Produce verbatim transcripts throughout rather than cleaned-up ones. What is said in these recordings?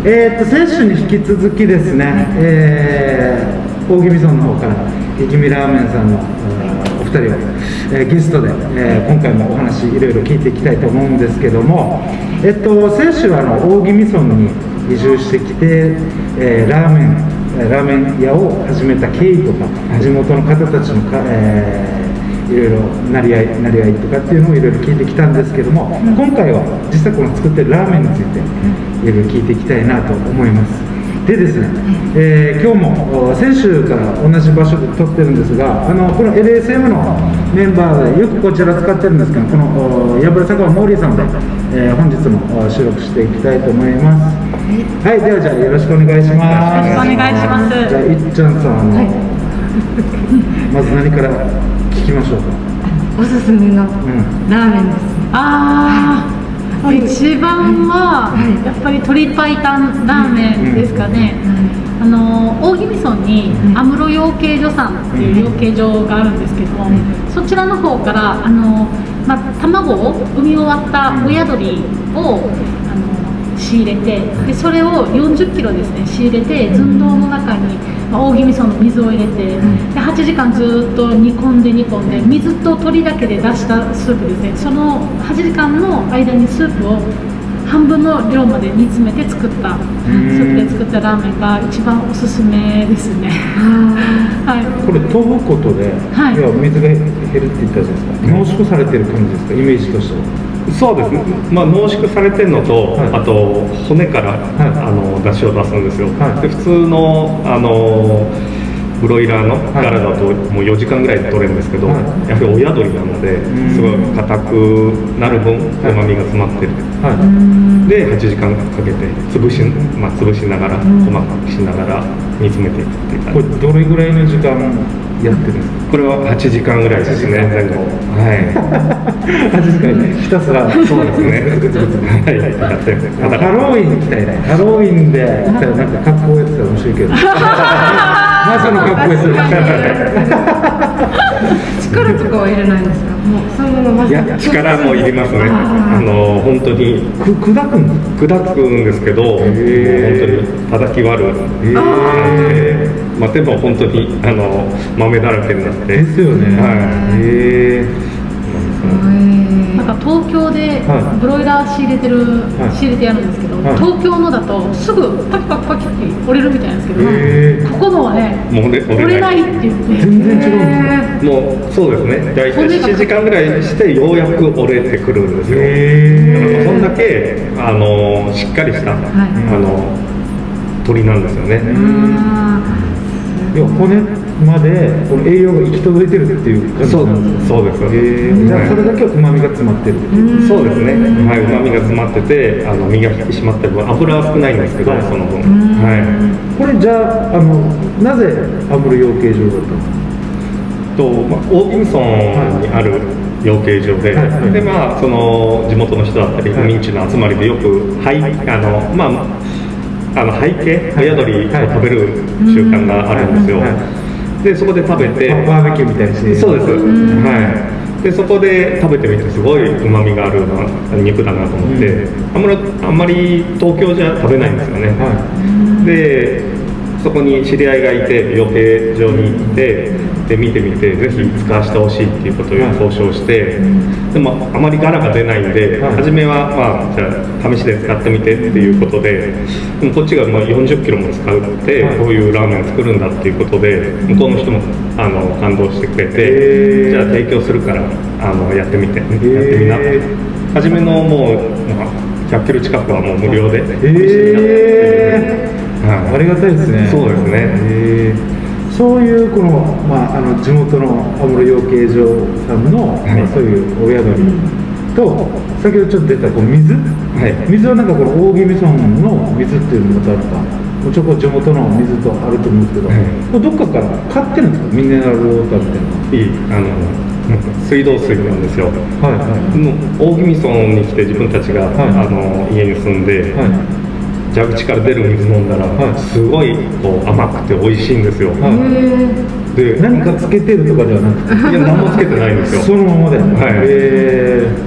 えー、っと先週に引き続きですね、えー、大宜味村の方からいきみラーメンさんのお二人を、えー、ゲストで、えー、今回もお話いろいろ聞いていきたいと思うんですけども、えっと先週はあの大宜味村に移住してきて、えー、ラーメンラーメン屋を始めた経緯とか、地元の方たちのか、えーいろいろなり合い、なり合いとかっていうのをいろいろ聞いてきたんですけども、うん、今回は実際この作ってるラーメンについていろいろ聞いていきたいなと思います。でですね、えー、今日も先週から同じ場所で撮ってるんですが、あのこの エルエスエム のメンバーでよくこちら使ってるんですけど、このやぶら坂のモーリーさんで、えー、本日も収録していきたいと思います。はい、ではじゃあよろしくお願いします。 よろしくお願いします。 じゃあいっちゃんさん、はい、まず何から聞きましょうか。 おすすめのラーメンです。うん、 ああ、はい、一番は、はい、やっぱり鶏白湯ラーメンですかね。うんうん、あの大宜味村に安室養鶏場さんっていう養鶏場があるんですけども、うん、そちらの方からあの、まあ、卵を産み終わった親鳥をあの仕入れて、でそれをよんじゅっキロですね仕入れて寸胴の中に、まあ、大宜味村の水を入れて、ではちじかんずっと煮込んで煮込んで水と鶏だけで出したスープですね。そのはちじかんの間にスープを半分の量まで煮詰めて作ったスープで作ったラーメンが一番おすすめですね。 はい、これ飛ぶことで、はい、いや水が減るって言ったじゃないですか。濃縮されてる感じですか、イメージとしては。 そうですね、まあ、濃縮されてるのと、はい、あと骨から、はい、あの出汁を出すんですよ。はい、で普通のあのブロイラーのガラだともうよじかんぐらいで取れるんですけど、はい、やはり親鳥なのですごい硬くなる分うまみが詰まってる、はい、ではちじかんかけて潰し、まあ、潰しながら細かくしながら煮詰めていくっていう感じ。 これどれぐらいの時間やってるんですか。 これははちじかんぐらいですね、前後。はい。 はちじかんひたすら。 そうですね。はい、やってる。 ハロウィンみたいな。ハロウィンでなんか格好やってたら面白いけど。まさの格好やってる。力とかは入れないんですか。もうそのまま。 いや、力もいりますね。あの本当にく砕くん砕くんですけど、本当に叩き割る。まあでも本当にあの豆だらけになってですよね。はい。へえ。 なんか東京でブロイラー仕入れてる、はい、仕入れてやるんですけど、はい、東京のだとすぐパキパキパキパキ折れるみたいなんですけど、ここのはねもう折れないって言って全然違うんですよ。もうそうですね。大体しちじかんぐらいしてようやく折れてくるんですよ。へそんだけあのしっかりした、はい、あの鳥なんですよね。 いや骨までこの栄養が行き届いてるっていう感じなんですか。 そうです。 じゃあそれだけうまみが詰まってる。 そうですね。はい、うまみが詰まってて、あの身が引き締まってる分油は少ないんですけど、その分。はい。 これじゃああのなぜ安室養鶏場だったんですか。 と、まあ、大宜味村にある養鶏場で、はい、でまあその地元の人だったり民地の集まりでよくはいあのまああの背景親鳥を食べる習慣があるんですよ。でそこで食べてバーベキューみたいにして。 そうです。はい。でそこで食べてみてすごい旨味があるな肉だなと思って、あんまりあんまり東京じゃ食べないんですよね。はい、でそこに知り合いがいて養鶏場に行ってで見てみてぜひ使わせてほしいっていうことを交渉して、でもあまり柄が出ないんで、はい、初めはまあじゃあ試しで使ってみてっていうことで、でもこっちがまあよんじゅっキロも使うって、はい、こういうラーメンを作るんだっていうことで向こうの人もあの感動してくれて、じゃあ提供するからあのやってみてやってみなって、初めのもう、まあ、ひゃっキロ近くはもう無料でおいしいなっていう。 はい、ありがたいですね。 そうですね。 えー、そういうこの、まあ、あの地元の安室養鶏場さんの、はい、まあ、そういう親鳥と、先ほどちょっと出たこう水、はい、水はなんかこの大宜味村の水っていうのがまたあったもちろん地元の水とあると思うんですけど、はい、これどっかから買ってるんですか、ミネラルウォーターみたいな。 いいあの水道水なんですよ。はいはい、もう大宜味村に来て自分たちが、はい、あの家に住んで、はい、蛇口から出る水飲んだら、はい、すごいこう甘くて美味しいんですよ。はい、 で何かつけてるとかではなくて、 いや何もつけてないんですよ。 そのままで。はい。へで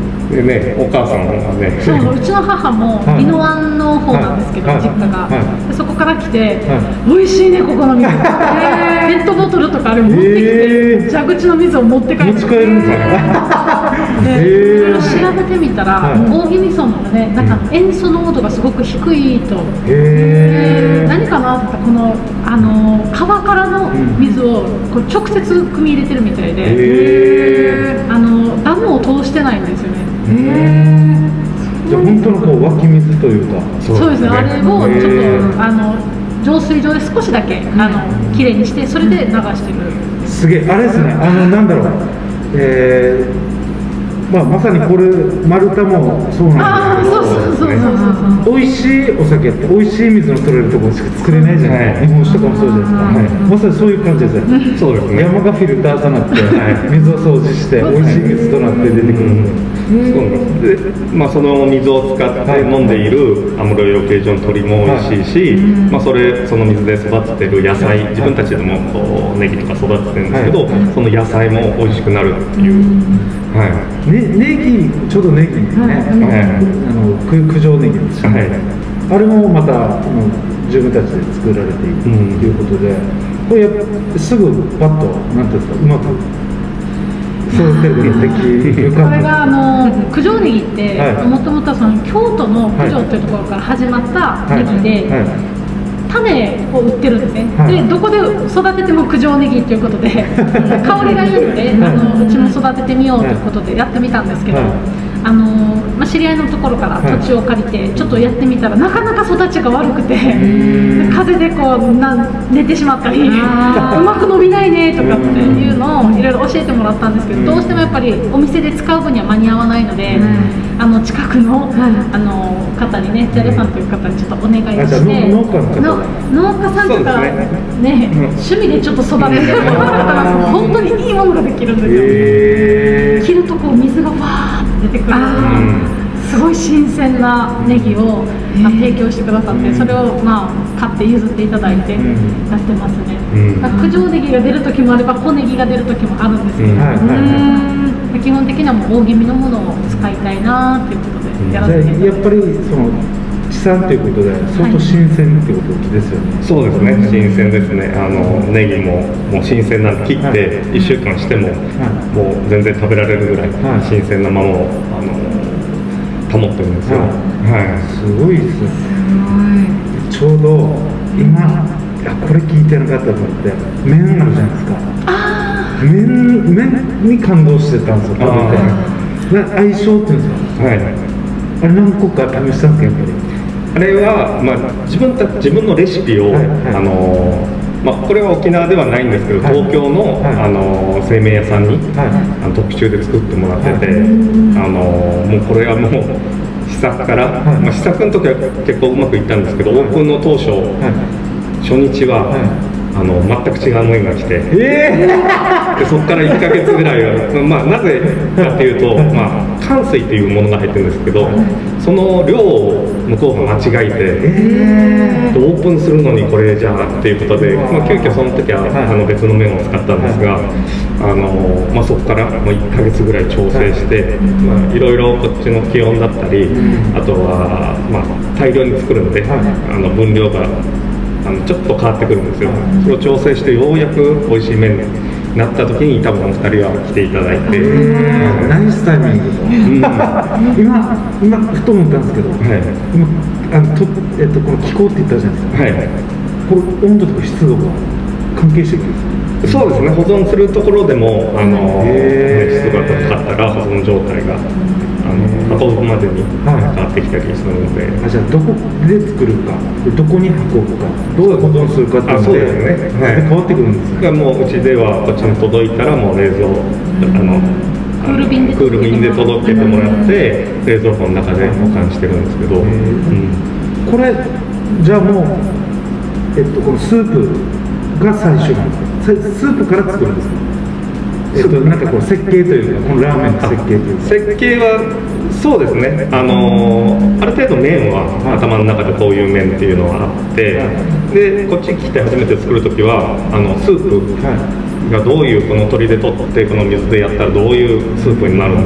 ね、お母さんがね、 そう、うちの母もはい宜野湾の方なんですけど、 はい実家が、 はいでそこから来て、 は美味しいねここの水、ペットボトルとかあれ持ってきて、 へー蛇口の水を持って帰って持ち帰るんですかね。 で、 へーいろいろ調べてみたら、 はい大宜味村のね、なんか塩素濃度がすごく低いと、 へー何かなって言ったらこのあの川からの水をこう直接汲み入れてるみたいで、 へあのダムを通してないんですよね。 ーじゃあ本当のこう湧き水というか。 そうですね、あれをちょっへーとあの浄水場で少しだけあのきれいにして、それで流してる。 すげえ、あれですね、あのなんだろう、えー、まあまさにこれ丸太もそうああ、 なんそうですけど、 そうそうそうそう。 美味しいお酒って美味しい水の取れるところしか作れないじゃないですか、 はい日本酒とかもそうじゃないですか、 はいまさにそういう感じですよね、 そうですね。 山がフィルターとなって、水を掃除して美味しい水となって出てくる、 そうなんですで、まあ、その水を使って飲んでいるアムロ養鶏場の鶏も美味しいし、まあ、それその水で育ててる野菜、自分たちでもこうネギとか育ててるんですけど、 はいその野菜も美味しくなるっていう、はいね、ネギ、ちょうどネギね、 はいあのく九条ネギですよね、 はいあれもまたあの自分たちで作られているとうんいうことで、これやっぱすぐパッと、なんていうんですか、うまく育てることができるこかれがあの九条ネギってはいもともとその京都の九条っていうところから始まったネギで、 はいはい種を売ってるんですね、 はいでどこで育てても九条ネギっていうことで香りがいいので、あのうちも育ててみようということでやってみたんですけど、 はいあのまあ、知り合いのところから土地を借りてちょっとやってみたらなかなか育ちが悪くて、で風でこうな寝てしまったりうまく伸びないねとかっていうのをいろいろ教えてもらったんですけど、どうしてもやっぱりお店で使う分には間に合わないので、あの近くのあの方にね、ジャレさんという方にちょっとお願いをあじゃあして農家の方の農家さんとかそうですね、趣味でちょっと育ててもらったら本当にいいものができるんですよ。 へー切るとこう水がわーって出てくる、すごい新鮮なネギをあ提供してくださって、それをまあ買って譲っていただいてやってますね。 うんだから九条ネギが出る時もあれば小ネギが出る時もあるんですけど、 うんはいはいはいうん基本的にはもう大気味のものを使いたいなっていうことでやらせていただいて、 やっぱりその地産ということで相当新鮮ってことですよね、 そうですね、新鮮ですね、あのネギももう新鮮なんで切っていっしゅうかんしても、もう全然食べられるぐらいはい新鮮なままをあの保ってるんですよ、 ははいすごいですね。ちょうど今あこれ聞いてなかったと思って麺あるじゃないですか。麺麺に感動してたんですよ。食べてな相性っていうんですか。 はい、 あれ何個か試したんですかやっぱり。 あれは、まあ、自分た自分のレシピを、 はいはいあのまあ、これは沖縄ではないんですけど、 はい東京の、 はいあの製麺屋さんに、 はいあの特注で作ってもらってて、 はいあのもうこれはもう試作から、 はいまあ、試作の時は結構うまくいったんですけど、オープンの当初、 はい。 初日は、 はいあの全く違う麺が来て、 ええでそこからいっかげつぐらいは、まあ、なぜかっていうと、まあ、乾水っていうものが入ってるんですけど、その量を向こうが間違えて、 えでオープンするのにこれじゃあっていうことで、まあ、急遽その時は、 はいあの別の麺を使ったんですが、あのまあ、そこからもういっかげつぐらい調整して、まあ、いろいろこっちの気温だったり、あとは、まあ、大量に作るので、 はいあの分量があのちょっと変わってくるんですよ、それを調整してようやく美味しい麺になった時に多分お二人は来ていただいて、 ーナイスタイミングと。 うん今今ふと思ったんですけど、 はい今あのとえっとこの気候って言ったじゃないですか。 はいこれ温度とか湿度が関係してくるんですか。 そうですね、保存するところでもあのへー湿度が高かったら保存状態があの運ぶまでに変わってきたりするので、 あじゃあどこで作るか、どこに運ぶか、どうやって保存するかっていうのあそうですねはいで変わってくるんですよ。 がもううちではこっちに届いたらもう冷蔵あのクール便でクール便で届けてもらって冷蔵庫の中で保管してるんですけど、 へーうんこれじゃあもうえっとこのスープが最初なんですか。さスープから作るんですか。えっとなんかこう設計というかこのラーメンの設計というか。 設計はそうですね、あのーある程度麺は頭の中でこういう麺っていうのはあって、でこっち来て初めて作る時はあのスープはい。 がどういうこの鶏で取ってこの水でやったらどういうスープになるんだろうと思っ 、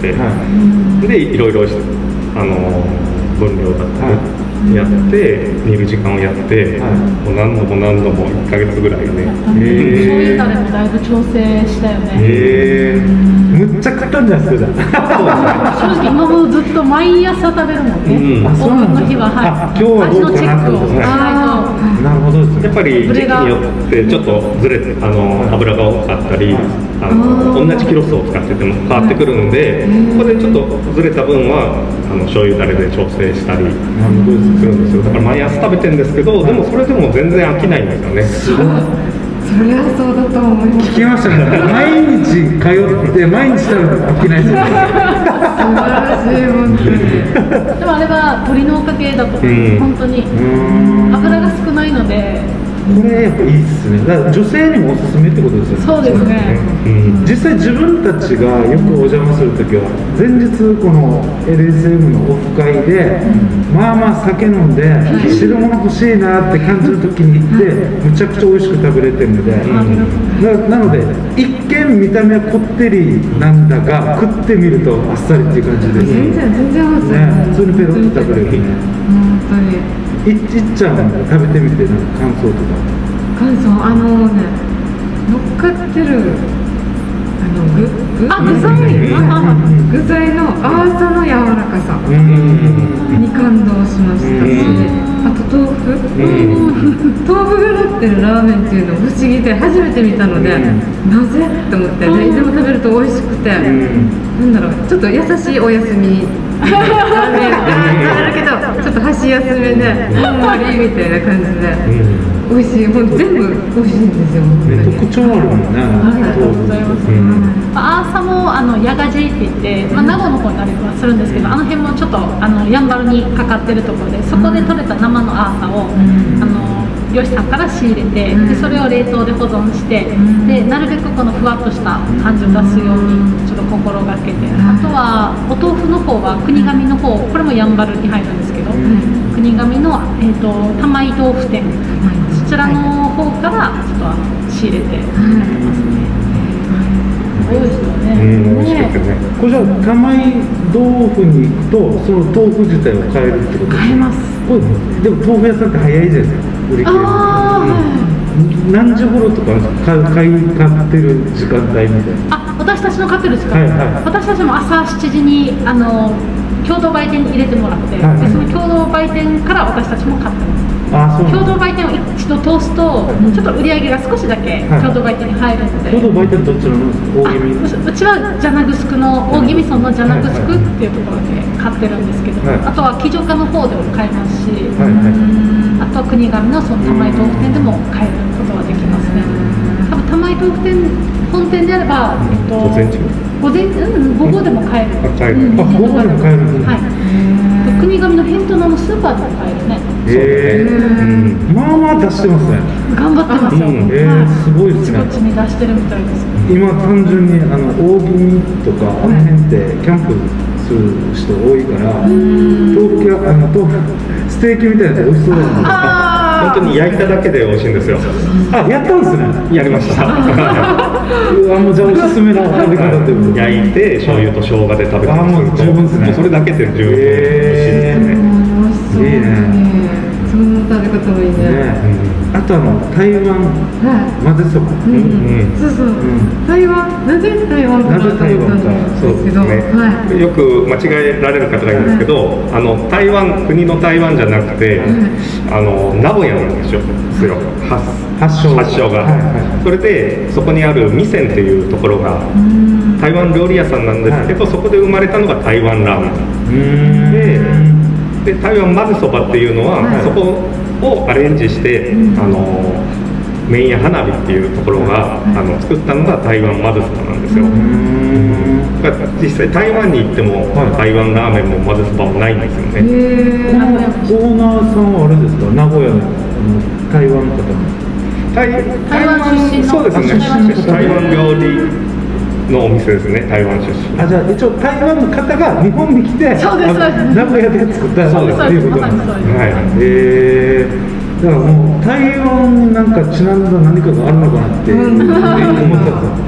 はでいろいろあの分量だったりやって煮る時間をやって、 はいもう何度も何度もいっかげつぐらいね。 醤油だれもだいぶ調整したよね。 へえむっちゃ食ったんじゃないですか。 正直今もずっと毎朝食べるもんね。 うんあそうなんだオーブンの日は、 あはい、 今日はどうかな味のチェックをしってことですねないと。 なるほどですね。 やっぱり時期によってちょっとずれてあの油が多かったり、あの同じキロ数を使ってても変わってくるので、ここでちょっとずれた分はあの醤油だれで調整したりなるほどですするんですよ。だから毎朝食べてるんですけど、でもそれでも全然飽きないんですよね。 そりゃそうだと思います。 聞きましたね。毎日通って毎日食べて飽きないですよね。 素晴らしい本当に。 でもあれは鶏のおかげだと思う、 うん本当にうーん油が少ないので。 これやっぱいいっすね。だから女性にもおすすめってことですよね。 そうですね。 うん実際自分たちがよくお邪魔するときは前日この エルエスエム のオフ会で、まあまあ酒飲んで汁物欲しいなって感じの時に行ってむちゃくちゃ美味しく食べれてるので、ななので一見見た目はこってりなんだが食ってみるとあっさりっていう感じです全然全然合わせない。 ね、普通にペロッと食べれるね。 本当に。 いっちっちゃん食べてみてなんか感想とか。 感想あのね乗っかってるあの具具あ具材うんあ具材の淡さの柔らかさうーんに感動しましたし、あと豆腐、豆腐が乗ってるラーメンっていうの不思議で初めて見たので、なぜって思って、ででも食べると美味しくて、なんだろうちょっと優しいお休みラーメンがあるけどちょっと箸休めでふんわりみたいな感じで美味しい、もう全部美味しいんですよ本当に。 特徴あるもんね。 ありがとうございます。 うんアーサもあのヤガジって言って、まあ、名護の方にありはするんですけど、あの辺もちょっとあのやんばるにかかってるところで、そこで取れた生のアーサを、あの漁師さんから仕入れて、でそれを冷凍で保存して、でなるべくこのふわっとした感じを出すようにちょっと心がけて、あとはお豆腐の方は国神の方、これもやんばるに入るんですけど、国神の、えー、と玉井豆腐店、そちらの方からちょっとあの仕入れてますね。多いですよね。 うん、美味しくてね。 これじゃあ玉井豆腐に行くとその豆腐自体を買えるってことですか。 買えます。 これでも豆腐屋さんって早いじゃないですか、売り切れる。 あー、はい何時頃とか買う買い買ってる時間帯みたいな。 あ、私たちの買ってる時間、 はいはい私たちも朝しちじにあの共同売店に入れてもらって、 はいでその共同売店から私たちも買ってます。 あ、そうなんだ。 共同売店を一度通すと、ちょっと売り上げが少しだけはい共同売店に入るので、 共同売店どちらなんですか。大あ気味。 うちはジャナグスクの大宜味村のジャナグスクっていうところで買ってるんですけど、 はいあとは木城家の方でも買えますし、 はいはい。 あとは国神のその玉井豆腐店でも買えることができますね。多分玉井豆腐店本店であれば、えっと、 午前中午前うん午後でも買える。 あ買えるうんあ午後でも買えるんですねはい。国神の返答のスーパーでも買えるね。 えうんー、まあまあ出してますね。 頑張ってますよ。 うんえーはいすごいですねこっちに出してるみたいです。 今単純にあの大宜味とかあの辺ってキャンプする人多いから、豆腐屋あの豆腐ステーキみたいなやつ美味しそうだな。 あ本当に焼いただけで美味しいんですよ。 あ、やったんですね。 やりました。 うわもうじゃあおすすめの食べ方ということで。 焼いて醤油と生姜で食べてあもう十分ですねもうそれだけで十分美味しいですね。 美味しそういいねそんな食べ方もいいね。 ねあとあの台湾はい。 混ぜそば。 ううんん、そうそう、 ん台湾、なぜ台湾かなと思ったんですけど、 ねはい。 よく間違えられる方がいるんですけど、あの台湾国の台湾じゃなくて、あの名古屋なんですよ。発発祥発祥が、 はいはいそれでそこにある味仙っていうところが台湾料理屋さんなんですけど、そこで生まれたのが台湾ラーメン。 うーんでで台湾混ぜそばっていうのは、 はいそこをアレンジして、あの麺屋花火っていうところが、あの作ったのが台湾混ぜそばなんですよ。 うーんだから実際台湾に行っても、 はい台湾ラーメンも混ぜそばもないんですよね。 へこのー。 オーナーさんはあれですか、名古屋のあの台湾の方。 台台湾出身のそうですね。 台湾出身の方台湾料理のお店ですね。台湾出身。 あ、じゃあ一応台湾の方が日本に来て、 そうですあの名古屋で作ったそうですっていうことなんです。 まさにそうですはい。 えー、だからもう台湾になんかちなんだ何かがあるのかなって思ったんですよ。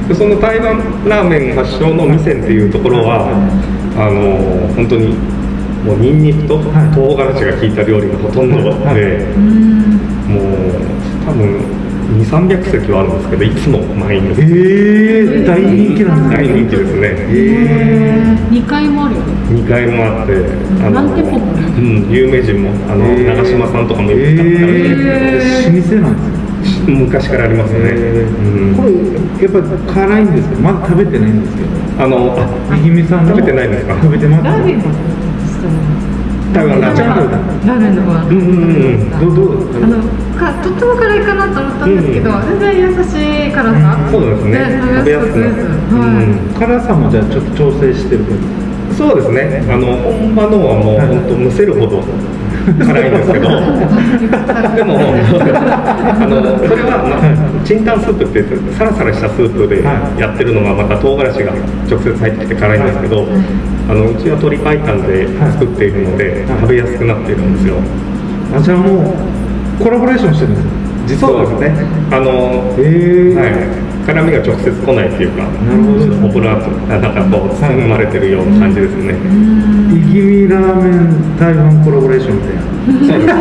でその台湾ラーメン発祥の味仙っていうところは、あの本当にもうニンニクと唐辛子が効いた料理がほとんどで、もう多分にせんさんびゃくせきはあるんですけど、いつも満員です。 えー、大人気なんです大人気ですね。 えー、にかいもあるよね。 にかいもあって、あの、 何店舗もある。 うん、有名人もあの、 えー、 長嶋さんとかもよく使ってらっしゃるんですけど、老舗なんですよ。 けど、昔からありますね。 えーうん、 これやっぱ辛いんですけど、まだ食べてないんですけど、 あの、あ、 いぎみさんの食べてないですか？ 食べてます。 ラーメンはしたの台湾ラーメン。 ラーメンの方はうんうんうんどうどうあのかとっても辛いかなと思ったんですけど、 うん全然優しい辛さ、 そうですね。 食べやすくて、 食べやすくなる。 はい、 うん辛さもじゃあちょっと調整してるけど。 そうですね。あの本場のはもう本当むせるほど辛いんですけど、でもあのそれは、まあ、チンタンスープって言ってサラサラしたスープでやってるのがまた唐辛子が直接入ってきて辛いんですけど、あのうちは鶏白湯で作っているので食べやすくなっているんですよ。 あ、じゃあもうコラボレーションしてるんですか？実はそうですね。あの、 へー、 はい、辛みが直接来ないっていうか、 なるほど。 オブラートなんかこう包まれてるような感じですね。 いぎみラーメン台湾コラボレーションみたいな。 そうです。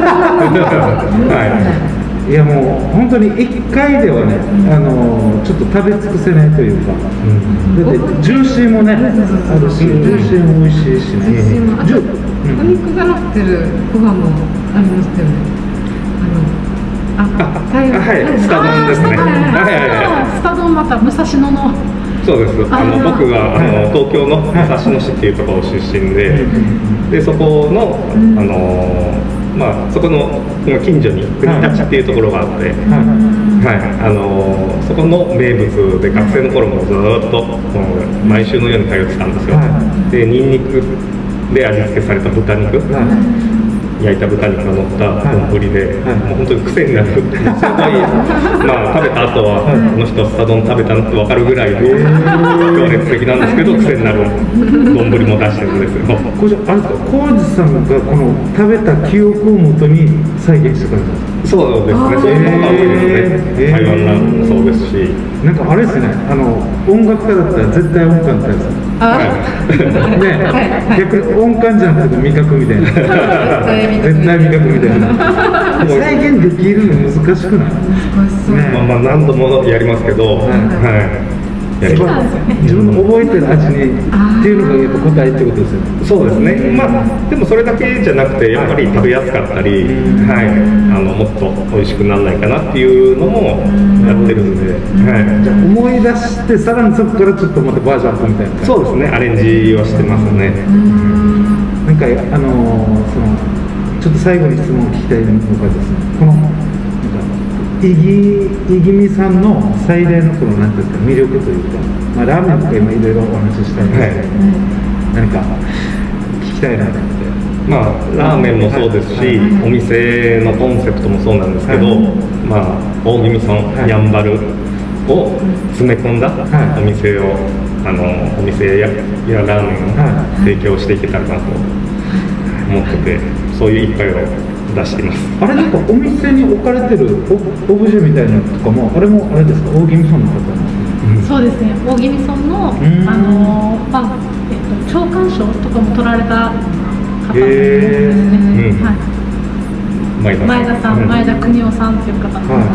はい。 いやもう本当にいっかいではね、あのちょっと食べ尽くせないというか、だってジューシーもねあるし、ジューシーも美味しいしね。 ジューシーもあとジュお肉が乗ってるご飯もありましたよね。あのあ台湾、 はい、スタ丼ですね。はいはいはい。 スタ丼また武蔵野の。 そうです。あの僕があの東京の武蔵野市っていうところ出身で、でそこのあのまあそこの近所に国立っていうところがあって、はい、あのそこの名物で学生の頃もずっともう毎週のように通ってたんですよ。でニンニクで味付けされた豚肉。焼いた豚肉が乗った丼で、はい、もう本当に癖になる、すごい、まあ、食べた後は、はい、この人はスタ丼食べたのって分かるぐらいの強烈的なんですけど、癖になる丼も出してるんですよ。 これじゃあれですか、浩二さんがこの食べた記憶をもとに再現してくれたんですか？ そうですね、そういうものが多いですね。台湾ラーメンもそうですし、 なんかあれですね、あの音楽家だったら絶対音感ってやつ。 あね、逆に音感じゃなくて味覚みたいな。絶対味覚みたいな。再現できるの難しくない？ 難しそう。 まあまあ何度もやりますけど、はい。 好きなんですよね。 自分の覚えてる味にっていうのがやっぱ答えってことですよね。 そうですね。まあでもそれだけじゃなくてやっぱり食べやすかったり、はい、あのもっと美味しくならないかなっていうのもやってるんで、はい。 じゃあ思い出してさらにそこからちょっとまたバージョンアップみたいな。 そうですね。アレンジはしてますね。 なんかあのそのちょっと最後に質問を聞きたいのがですね、このいぎいぎみさんの最大のこのなんていうんですか魅力というか、まあラーメンとか今いろいろお話ししたいんですけど、はい、何か聞きたいなと思って。 まあラーメンもそうですし、はい、お店のコンセプトもそうなんですけど、はい、まあ大宜味村、はい、やんばるを詰め込んだお店を、あのお店ややラーメンを提供していけたらなと思ってて、そういう一杯を出しています。 あれなんかお店に置かれてるオブジェみたいなのとかもあれもあれですか、大宜味村の方なんですか？ そうですね、大宜味村の、あのまあえっと、長官賞とかも取られた方ですね、はい、前田さん、前田邦夫さんっていう方なので、はい、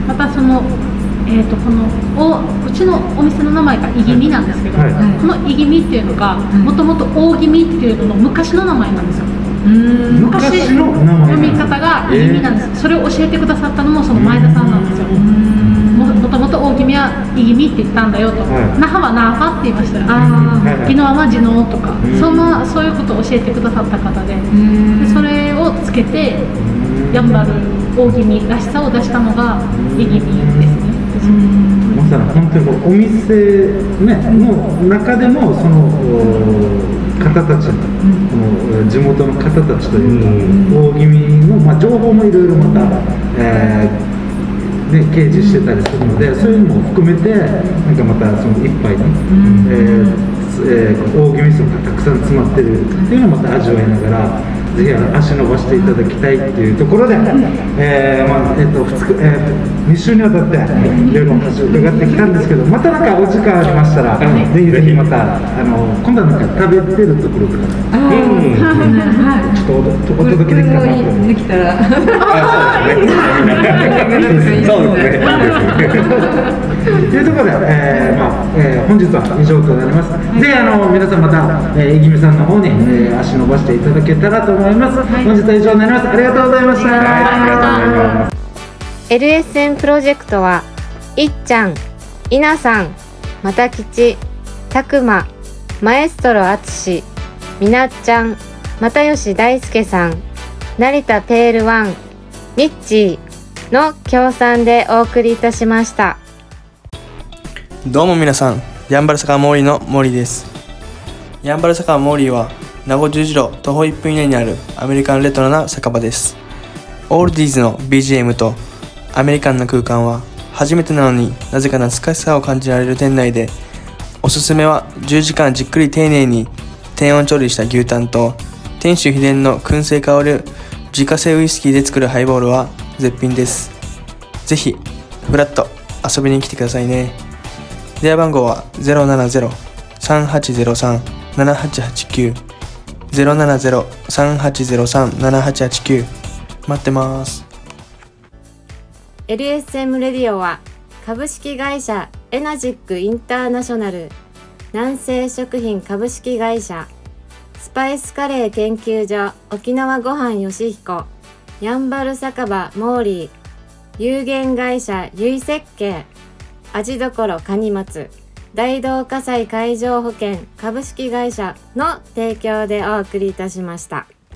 またその、えー、とこのおうちのお店の名前がいぎみなんですけど、はい、このいぎみっていうのがもともと大宜味っていうのの昔の名前なんですよ。 うん昔の読み方がいぎみなんです、えー、それを教えてくださったのもその前田さんなんですよ。もともと大宜味はいぎみって言ったんだよと、はい、那覇はナーファって言いましたよ、宜野湾は地のとか、そんなそういうことを教えてくださった方で、でそれをつけてやんばる大宜味らしさを出したのがいぎみですね。 まさに本当にお店、ね、の中でもその方たちの、この地元の方たちというか、大宜味の、まあ、情報もいろいろまた、えーね、掲示してたりするので、そういうのも含めてなんかまたその一杯に、えーえー、大宜味村がたくさん詰まってるっていうのをまた味わいながら、 ぜひ足伸ばしていただきたいっていうところで、えーまあえー、とふつか、えー、に週にわたっていろいろお話を伺ってきたんですけど、またなんかお時間ありましたら、ぜひぜひまたあの今度はなんか食べてるところとか、 あー、はい、 ちょっと お, お届けできたらなと。 できたらあそうですね。そうですね。 というところで、えーまあえー、本日は以上となります。で、あの皆さんまた、えー、いぎみさんの方に、えー、足伸ばしていただけたらと思います。本日は以上になります。ありがとうございました。 はい、ありがとうございます。 エルエスエム プロジェクトは、いっちゃん、いなさん、またきち、たくま、マエストロあつし、みなっちゃん、又吉大輔さん、成田ペールワン、ニッチーの協賛でお送りいたしました。 どうも皆さん、やんばる坂モーリーのモーリーです。やんばる坂モーリーは名護十字路徒歩いっぷん以内にあるアメリカンレトロな酒場です。オールディーズの ビージーエム とアメリカンな空間は初めてなのになぜか懐かしさを感じられる店内で、おすすめはじゅうじかんじっくり丁寧に低温調理した牛タンと店主秘伝の燻製香る自家製ウイスキーで作るハイボールは絶品です。ぜひフラッと遊びに来てくださいね。電話番号は ゼロななゼロ さんはちゼロさん ななはちはちきゅう ゼロななゼロ さんはちゼロさん ななはちはちきゅう 待ってます。 エルエスエム レディオは株式会社エナジックインターナショナル、南西食品株式会社、スパイスカレー研究所沖縄ごはんよしひこ、やんばる酒場モーリー、有限会社ゆい設計、味どころかにまつ、大同火災海上保険株式会社の提供でお送りいたしました。